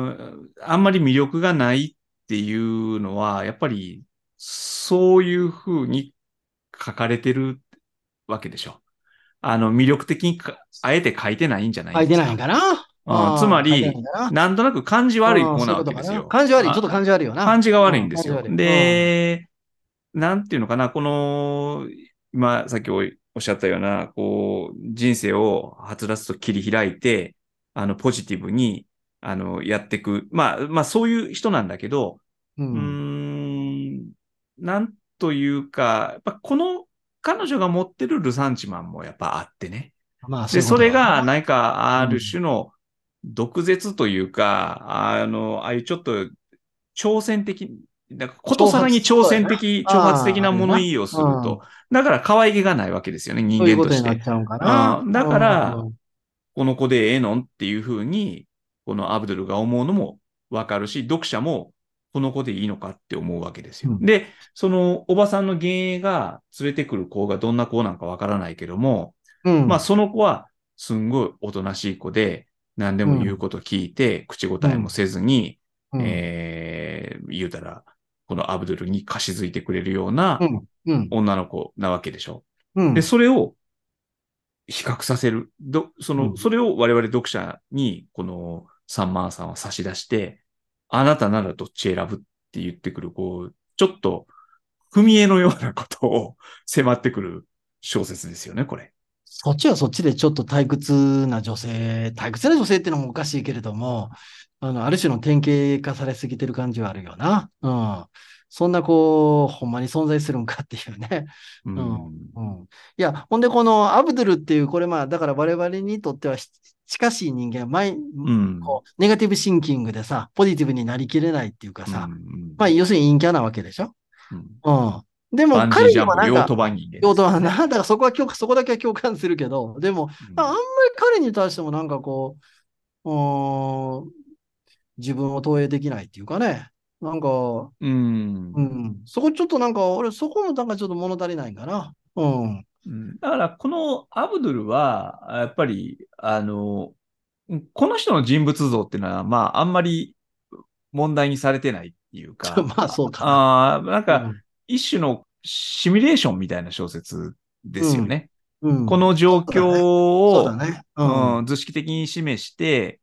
あんまり魅力がないっていうのは、やっぱり、そういうふうに書かれてるわけでしょ。あの、魅力的にかあえて書いてないんじゃない書いてんですか。 ないんかな。 うん、つああ、書いてないまり、 んかな。 なんとなく感じ悪いうん、 方なわそういうことかな。 けですよ。 感じ悪い。ちょっとあ、 感じ悪いよな。 感じが悪いうん、 んですよ。 感じ悪い。うん。 で、なんていうのかな、この、今、さっきおおっしゃったような、こう、人生をはつらつと切り開いて、あの、ポジティブに、あの、やっていく。まあ、まあ、そういう人なんだけど、うーうん。 ん、なんというか、やっぱこの彼女が持ってるルサンチマンもやっぱあってね。 まあ、そで、 ういうことだそれがな。 何かあるうん。 種の毒舌というか、あの、ああいうちょっと挑戦的、なんかこと挑発、 さらに挑そうやな。 戦的、挑発ああ、あ的なるよな。 物言いをすると、 うん。 だから可愛げがないわけですよね、人そういう間として。 ことになっちゃうんかな。 うん、だから、 うん。 この子でええのんっていうふうに、このアブドゥルが思うのもわかるし、読者もこの子でいいのかって思うわけですよ。 うん。 で、そのおばさんの幻影が連れてくる子がどんな子なんかわからないけども、まあうん。 その子はすんごいおとなしい子で、何でうん。 も言うこと聞いて、口答えもうん。 せずに、 うん。 えー、言うたら、このアブドゥルに貸し付いてくれるようなうん。うん。 女の子なわけでしょ。で、 うん。 それを比較させる。ど、その、 うん。 それを我々読者に、このサンマーさんは差し出して、あなたならどっち選ぶって言ってくる、こう、ちょっと、踏み絵のようなことを迫ってくる小説ですよね、これ。 そっちはそっちでちょっと退屈な女性、退屈な女性っていうのもおかしいけれども、あの、ある種の典型化されすぎてる感じはあるよな。うん。そんなこう、ほんまに存在するんかっていうね。 ううん。 ん。 うん。いや、ほんでこのアブドゥルっていう、これまあ、だから我々にとってはし近しい人間、前、 うん。 こう、ネガティブシンキングでさ、ポジティブになりきれないっていうかうさ、まあ、 ん。 要するに陰キャなわけでしょ。 うん。 うん。でも、 バンジー彼ジャンプ両にはなんか、 飛ば人間ですよね。 用途はな、だからそこは共感、そこだけは共感するけど、でも、ああんまりうん。 彼に対してもなんかこう、うーん、自分を投影できないっていうかね、なんか、 うん。 うん、そこちょっとなんか、俺、そこもなんかちょっと物足りないんかな。うん。 うん、だから、このアブドゥルは、やっぱり、あの、この人の人物像っていうのは、まあ、あんまり問題にされてないっていうか、 まあ、そうかな。 ああ、なんか、 うん。 一種のシミュレーションみたいな小説でうん。 すよね。 うん。 この状況そうだね。そうだを、 ね。うん。 うん、図式的に示して、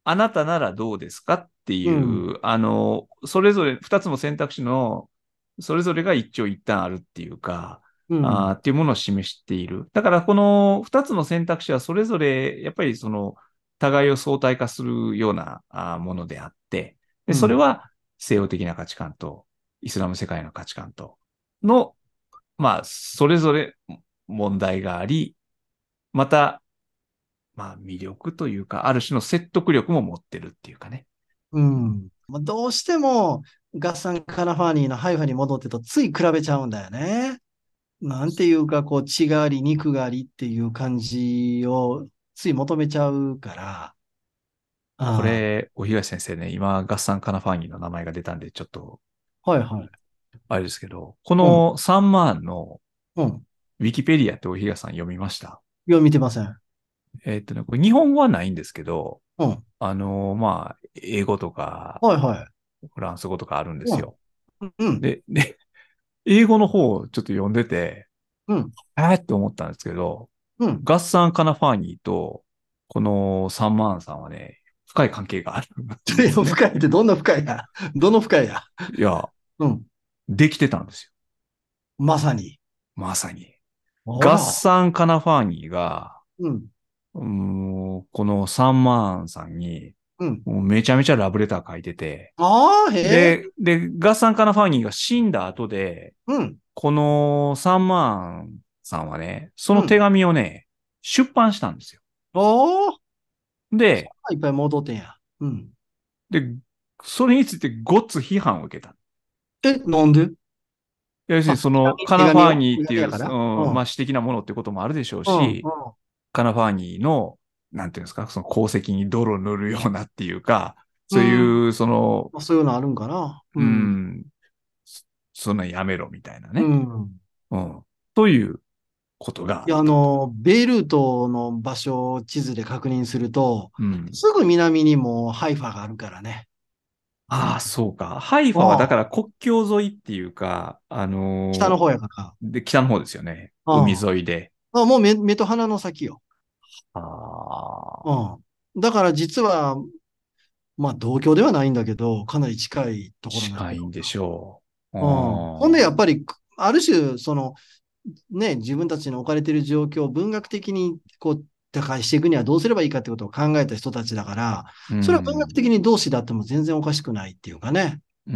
あなたならどうですかっていうん。 う、あの、それぞれ二つの選択肢の、それぞれが一長一短あるっていうか、 うん。 あーっていうものを示している。だからこの二つの選択肢はそれぞれ、やっぱりその、互いを相対化するようなあーものであって、で、 うん。 それは西洋的な価値観とイスラム世界の価値観との、まあ、それぞれ問題があり、また、まあ、魅力というか、ある種の説得力も持ってるっていうかね。 うん。まあどうしても、ガッサン・カナファーニーのハイファに戻ってとつい比べちゃうんだよね。なんていうか、こう、血があり、肉がありっていう感じをつい求めちゃうから、あこれ、お東先生ね、今、ガッサン・カナファーニーの名前が出たんで、ちょっと、 あ、はいはい。 あれですけど、こうん、 のサンマーンのうん。 ウィキペディアってお東さん読みました？ いや、見てません。 えーっとね、これ日本語はないんですけど、 うん。 あのーまあ、英語とか、 はいはい。 フランス語とかあるんでうん。 すよ。 うん。 で、で、英語の方をちょっと読んでて、 うん。 えーって思ったんですけど、 うん。 ガッサン・カナファーニーと、このサンマーンさんはね、深い関係があるんいやですね。 深いってどんな深いや。どの深いや。 いや、 うん。 できてたんですよ。 まさに。 まさに。ガッあら。 サン・カナファーニーが、 うん。 うーんこのサンマーンさんに、 うん。 もうめちゃめちゃラブレター書いてて、 ああ、へえ。 で、で、ガッサン・カナファーニーが死んだ後で、 うん。 このサンマーンさんはね、その手うん。 紙をね、出版したんですよ。 おー。 で、 いっぱい戻ってんや。うん。 で、それについてごっつ批判を受けた。 え、なんで？ 要するにあ、 そのカナファー手紙を手ニーっていう、 紙やからううん、まん。 あ私的なものってこともあるでしょううん。うん。 し、カナファーニーの、なんていうんですか、その功績に泥を塗るようなっていうか、そううん。 いう、その、 まあ、そういうのあるんかな。ううん。 ん、そんなんやめろみたいなうね。 ん。 うん。ということがあいや、あったと。 の、ベイルートの場所を地図で確認すると、 うん。 すぐ南にもハイファがあるからね。 ああ、そうか。ハイファはだかああ、 ら国境沿いっていうか、あ北のの方やから。 ーで、北の方ですよね。海あ沿いで。 あ、あもう目、目と鼻の先よ。 ああ、 うん。だから実は、まあ同居ではないんだけど、かなり近いところの人よ。 近いんでしょう。 うん。ほんで、 ああ、 やっぱり、ある種、その、ね、自分たちの置かれている状況を文学的にこう打開していくにはどうすればいいかってことを考えた人たちだから、 うそれは文学ん、 的に同志だっても全然おかしくないっていうかね。 うん。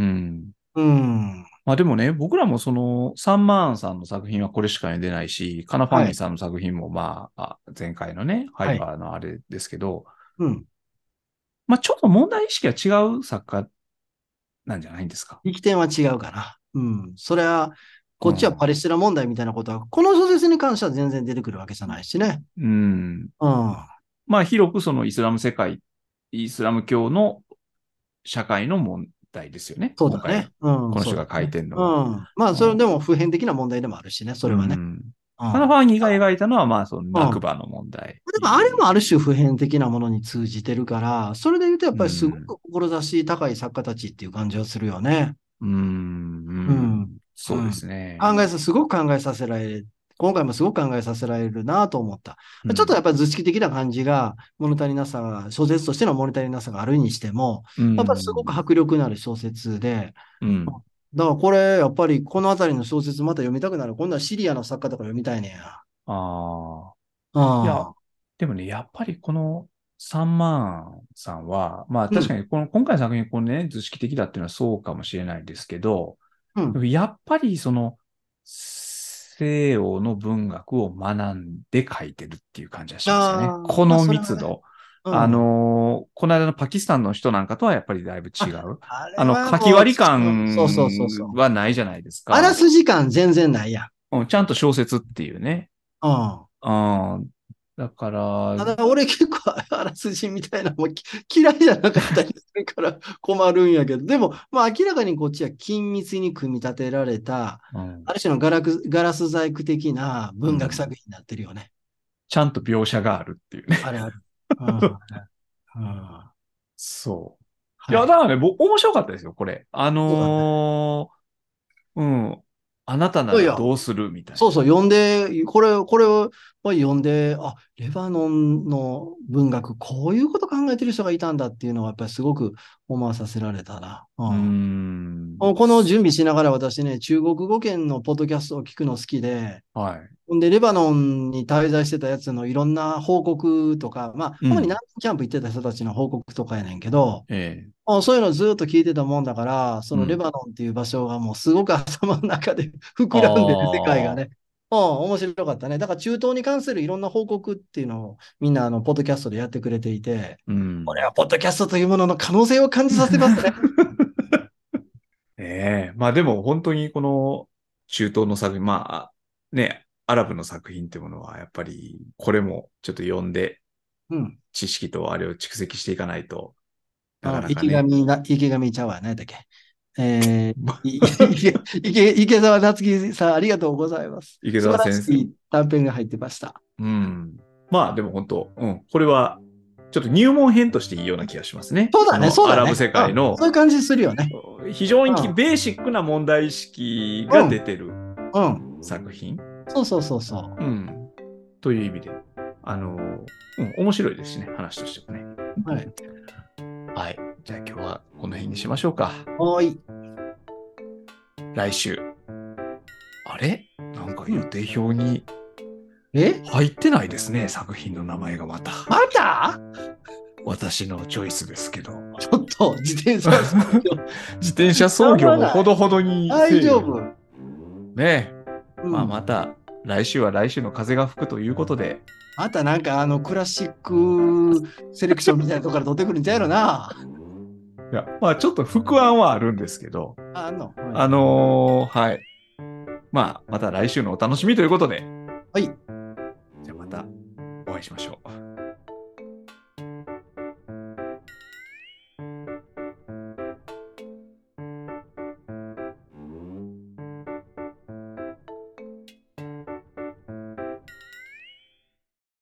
うん。 まあでもね、僕らもその、サンマーンさんの作品はこれしか読んでないし、カナファーはい。 ニーさんの作品もまあ、あ前回のね、ハイはい。 ファーのあれですけど、 うん。 まあちょっと問題意識が違う作家なんじゃないんですか？ 力点は違うかな。うん。それは、こっちはうん。 パレスチナ問題みたいなことは、この小説に関しては全然出てくるわけじゃないしね。 うん。 うん。 まあ広くそのイスラム世界、イスラム教の社会の問題ですよね。今回、 そうだね。うん。 この人が書いそうだね。 てるのは。 うん。まあ、それでも普遍的な問題でもあるしね。そうれはね。 ん。 うん。 カナファーニーが描いたのは、まあ、その、 うん。 ナクバの問題。 でもあれもある種普遍的なものに通じてるから、それで言うとやっうぱりすごん。 く志高い作家たちっていう感じはするよね。 うん。ううん。 ん。そうでうん。 すね。 考えさ、すごく考えさせられる。今回もすごく考えさせられるなと思った。ちょっとうん。 やっぱり図式的な感じが物足りなさが、小説としての物足りなさがあるにしても、 うやっぱりすごくん。 迫力のある小説で、 うん。 だからこれ、やっぱりこのあたりの小説また読みたくなる。今度はシリアの作家とか読みたいねや。 ああ。いや、 ああ。 でもね、やっぱりこのサンマーンさんは、まあうん。 確かにこの今回の作品、このね、図式的だっていうのはそうかもしれないですけど、 うん。 やっぱりその西洋の文学を学んで書いてるっていう感じがしますよね。 ああ、まあこのそれはね。 密度。あうん。 のーこの間のパキスタンの人なんかとはやっぱりだいぶ違あ、 う。 あれあの、 はもう、 書き割りそうそうそう感そう。 はないじゃないですか。 あらすじ感全然ないやん。 うん、ちゃんと小説っていうね。 うん。 うん。だから、 ただ俺結構あらすじみたいなのもき嫌いじゃなかったりするから困るんやけど、でも、まあ明らかにこっちは緊密に組み立てられた、 うん、 ある種のガラクガラス細工的な文学うん。 作品になってるよね。 ちゃんと描写があるっていうね。 あれある。うん。うん。 そう。いや、だはい。 からね、僕、面白かったですよ、これ。あそうだね。 のーうん。 あなたならどうするみたいな。 そうそう、読んで、これ、これを読んで、あ、レバノンの文学、こういうこと考えてる人がいたんだっていうのは、やっぱりすごく思わさせられたな。ううーん。 ん。 この準備しながら私ね、中国語圏のポッドキャストを聞くの好きで、 はい。 ほんで、レバノンに滞在してたやつのいろんな報告とか、まあ、 うん主に難民キャンプ行ってた人たちの報告とかやねんけど、 ええ。 あそういうのずっと聞いてたもんだから、そのレうん。 バノンっていう場所がもうすごく頭の中で膨らんでる世界がああ。 ね、うん、面白かったね。だから中東に関するいろんな報告っていうのをみんなあの、ポッドキャストでやってくれていて、 うん。 これはポッドキャストというものの可能性を感じさせますね。 ええ。まあでも本当にこの中東の作品、まあね、アラブの作品ってものはやっぱりこれもちょっと読んでうん。 知識とあれを蓄積していかないとなかあの、 なかね。 池上な、池上ちゃうわ、何やったっけ。えー、い池、池、池澤夏樹さん、ありがとうございます。 池素晴ら澤先生。 しい短編が入ってました。 うん。まあでも本当、うん。これはちょっと入門編としていいような気がしますね。 そうだね、 このそうだね。 アラブ世界うん、 のそういう感じするよね。 非常にきうん、 ベーシックな問題意識がうん、 出てるうん。 作品。 そうそうそうそうん。という意味で、あの、うん、面白いですしね、話としてもね。 う。はい。 はい。じゃあ今日はこの辺にしましょうか。 はーい。 来週。あれなんか予定表にえ入ってないですね、作品の名前がまた。 また私のチョイスですけど。 ちょっと、自転車操業自転車操業もほどほどにせえよ。 大丈夫。 ねえ。 うん、 まあまた来週は来週の風が吹くということで。 またなんかあの、クラシックセレクションみたいなとこから取ってくるんちゃうやろな。 いや、まあちょっと不安はあるんですけど。 あ、あんの、はい、 あのー、はい。まあまた来週のお楽しみということで。 はい。 じゃあまたお会いしましょう。